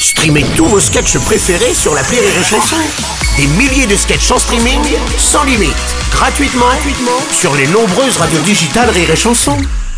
Streamez tous vos sketchs préférés sur l'appli Rire et Chanson. Des milliers de sketchs en streaming, sans limite, gratuitement sur les nombreuses radios digitales Rire et Chanson.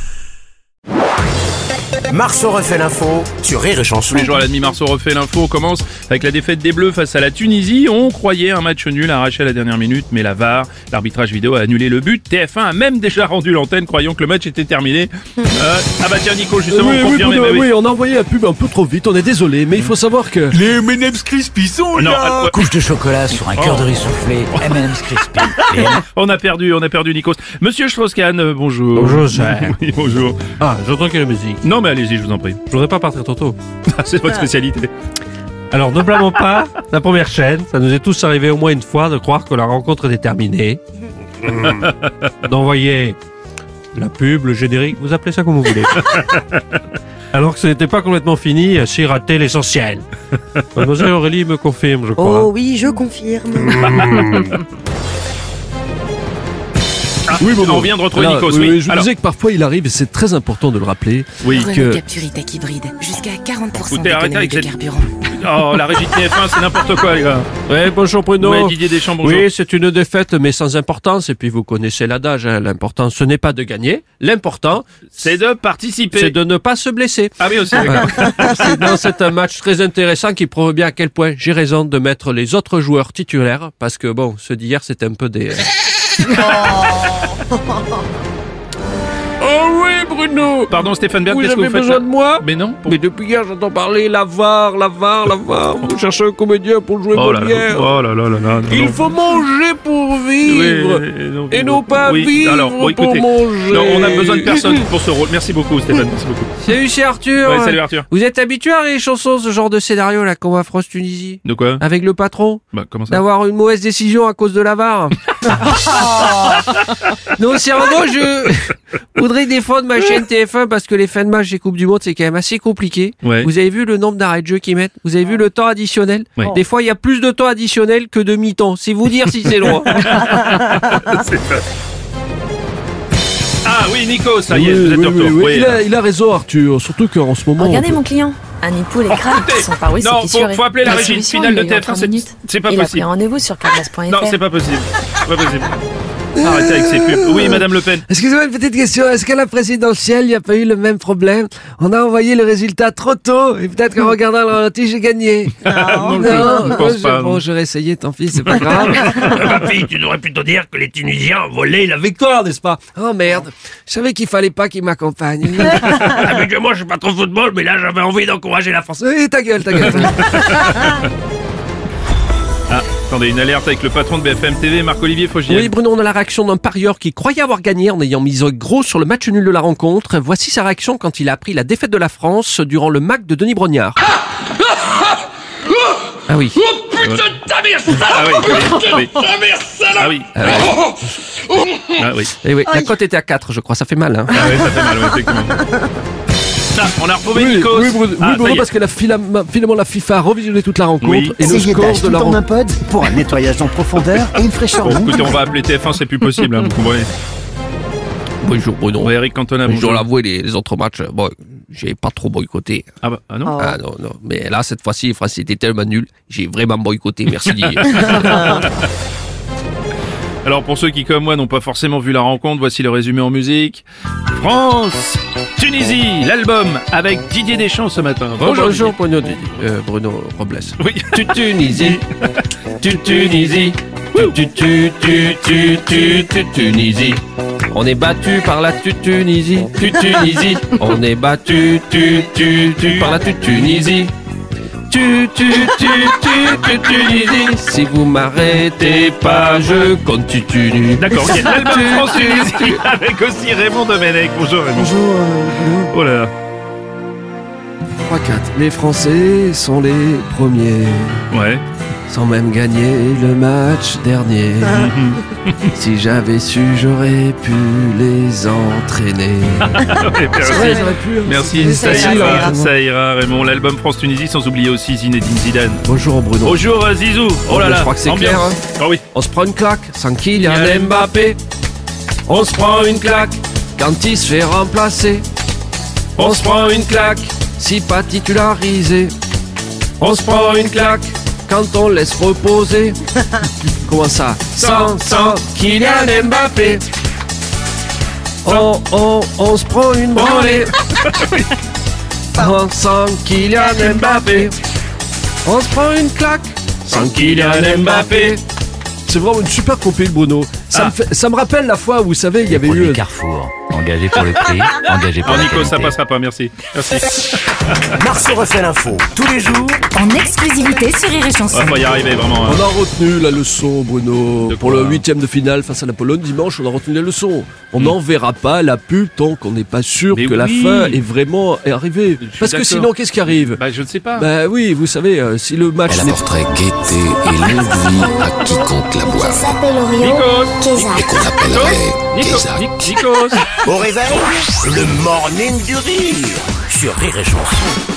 Marceau refait l'info sur Rire et Chanson. Tous les jours à la demi, Marceau refait l'info. On commence avec la défaite des Bleus face à la Tunisie. On croyait un match nul arraché à la dernière minute, mais la VAR, l'arbitrage vidéo, a annulé le but. TF1 a même déjà rendu l'antenne, croyant que le match était terminé. Ah bah tiens Nico, justement, confirmez. Oui, on a envoyé la pub un peu trop vite, on est désolé, mais il faut savoir que... Les M&M's Crispy sont là. Couche de chocolat sur un cœur de riz soufflé, M&M's Crispy. On a perdu Nikos. Monsieur Strauss-Kahn, bonjour. Bonjour, cher. Oui, bonjour. Ah, j'entends qu'il y a la musique. Non mais allez-y, je vous en prie. Je voudrais pas partir trop tôt. C'est votre spécialité. Alors, ne blâmons pas la première chaîne. Ça nous est tous arrivé au moins une fois de croire que la rencontre était terminée. D'envoyer la pub, le générique, vous appelez ça comme vous voulez. Alors que ce n'était pas complètement fini, si raté l'essentiel. Mademoiselle Aurélie me confirme, je crois. Oh oui, je confirme. Oui, bon, on vient de retrouver alors, Nikos. oui, Oui. je vous disais que parfois il arrive, et c'est très important de le rappeler. Oui. Renault Capturitac hybride, jusqu'à 40% Écoutez, arrêtez d'économie avec de cette- carburant. Oh, la régie de TF1, c'est n'importe quoi, les gars. Ouais, bonjour Bruno. Ouais, Didier Deschamps, bonjour. Oui, c'est une défaite, mais sans importance. Et puis vous connaissez l'adage, hein, l'important, ce n'est pas de gagner. L'important, C'est de participer. c'est de ne pas se blesser. Ah oui, aussi, d'accord. C'est un match très intéressant qui prouve bien à quel point j'ai raison de mettre les autres joueurs titulaires. Parce que bon, ceux d'hier, c'était un peu des... Oh oui, Bruno. Pardon, Stéphane Bern, Vous qu'est-ce que avez vous faites besoin là de moi? Mais non. Mais depuis hier, j'entends parler la VAR. Vous cherchez un comédien pour jouer Oh là là, Molière. oh là là là là. Il faut manger pour vivre. Et non pas vivre alors, bon, pour écoutez, manger. non, on a besoin de personne pour ce rôle. Merci beaucoup, Stéphane. Merci beaucoup. Salut, c'est Arthur. Ouais, salut Arthur. Vous êtes habitué à les chansons, ce genre de scénario là, qu'on va France Tunisie, De quoi? avec le patron, Bah, comment ça? d'avoir une mauvaise décision à cause de la VAR. Non, sérieusement, je voudrais défendre ma chaîne TF1 parce que les fins de match des Coupes du Monde, c'est quand même assez compliqué. Ouais. Vous avez vu le nombre d'arrêts de jeu qu'ils mettent? Vous avez vu le temps additionnel? Ouais. Des fois, il y a plus de temps additionnel que de mi-temps. C'est vous dire si c'est loin. Ah oui, Nico, ça y est, vous êtes de retour. Oui, Il a raison, Arthur. Surtout qu'en ce moment... Regardez mon client, un nid de poule et crabe qui sont par non, faut appeler la régie finale de TF1, c'est pas Il a pris possible. rendez-vous sur carglass.fr. Non, c'est pas possible. C'est pas possible. Arrêtez avec ces pubs. Oui, Madame Le Pen. Excusez-moi, une petite question. Est-ce qu'à la présidentielle, il n'y a pas eu le même problème? On a envoyé le résultat trop tôt et peut-être qu'en regardant le ralenti, j'ai gagné. Non, je ne pense pas. Bon, j'aurais essayé, tant pis, c'est pas grave. Ma fille, tu devrais plutôt dire que les Tunisiens volaient la victoire, n'est-ce pas? Oh merde, je savais qu'il fallait pas qu'il m'accompagne. Habituellement, je suis pas trop football, mais là, j'avais envie d'encourager la France. Oui, ta gueule, ta gueule. Ah, attendez, une alerte avec le patron de BFM TV, Marc-Olivier Fogiel. Oui, Bruno, on a la réaction d'un parieur qui croyait avoir gagné en ayant misé gros sur le match nul de la rencontre. Voici sa réaction quand il a appris la défaite de la France durant le MAC de Denis Brognard. Ah oui. Ah oui, oui. Ah oui. Ah oui. Eh oui, la cote était à 4, je crois, ça fait mal. Hein. Ah oui, ça fait mal, ouais, effectivement. Ça, on a retrouvé Nikos. Oui, Bruno, Ah, ça y est. parce que finalement la FIFA a revisionné toute la rencontre Oui. et le score de la en un rencontre. pod pour un nettoyage en profondeur et une fraîcheur. Bon, écoutez, on va appeler TF1, c'est plus possible, hein, vous comprenez. Bonjour Bruno. Bon, Eric Cantona, Je bonjour. dois l'avouer, les autres matchs, bon, j'ai pas trop boycotté. Ah bah, ah non. Ah non, non. Mais là, cette fois-ci, les Français étaient tellement nuls, j'ai vraiment boycotté. Merci Didier. Alors, pour ceux qui, comme moi, n'ont pas forcément vu la rencontre, voici le résumé en musique. France, Tunisie, l'album avec Didier Deschamps ce matin. Bonjour Bruno, Bruno Robles. Oui. Tunisie, Tunisie, Tunisie. On est battu par la Tunisie, Tunisie. On est battu par la Tunisie. Tunisie. Si vous m'arrêtez pas, je continue. D'accord, ok. L'album France Tunisie avec aussi Raymond Domenech. Bonjour Raymond. Bonjour, Oh là là. 3-4. Les Français sont les premiers, Ouais. sans même gagner le match dernier. Si j'avais su, j'aurais pu les entraîner. Merci. Ouais, j'aurais pu. hein. Merci, Ça ça ira, ira, ça ira, Raymond. L'album France Tunisie, sans oublier aussi Zinedine Zidane. Bonjour Bruno. Bonjour Zizou. Oh là là. Je crois que c'est ambiance. clair, hein. Ah oui. On se prend une claque sans Kylian Mbappé. On se prend une claque quand il se fait remplacer. On se prend une claque si pas titularisé. On se prend une claque quand on laisse reposer. Comment ça? Sans Kylian Mbappé. On se prend une branlée. Sans Kylian Mbappé. On se prend une claque sans Kylian Mbappé. C'est vraiment une super compil, Bruno. Ça me rappelle la fois où, vous savez, il y avait eu... Carrefour, engagé pour le prix, engagé pour Alors la Nico, ça qualité. passera pas, merci. Marceau refait l'info tous les jours En exclusivité sur Rire et Chanson. On va y arriver vraiment. On a retenu la leçon, Bruno. De Pour quoi? le 8e de finale face à la Pologne dimanche, on a retenu la leçon. On n'enverra pas la pub tant qu'on n'est pas sûr Mais que la oui. fin est vraiment arrivée. Je suis Parce que d'accord. sinon, qu'est-ce qui arrive? Bah je ne sais pas. Bah oui, vous savez, si le match Elle n'est apporterait gaieté et longue vie à quiconque la boive Nikos, et qu'on appellerait Kézak. Nikos. au réveil, le morning du rire sur Rire et Chanson.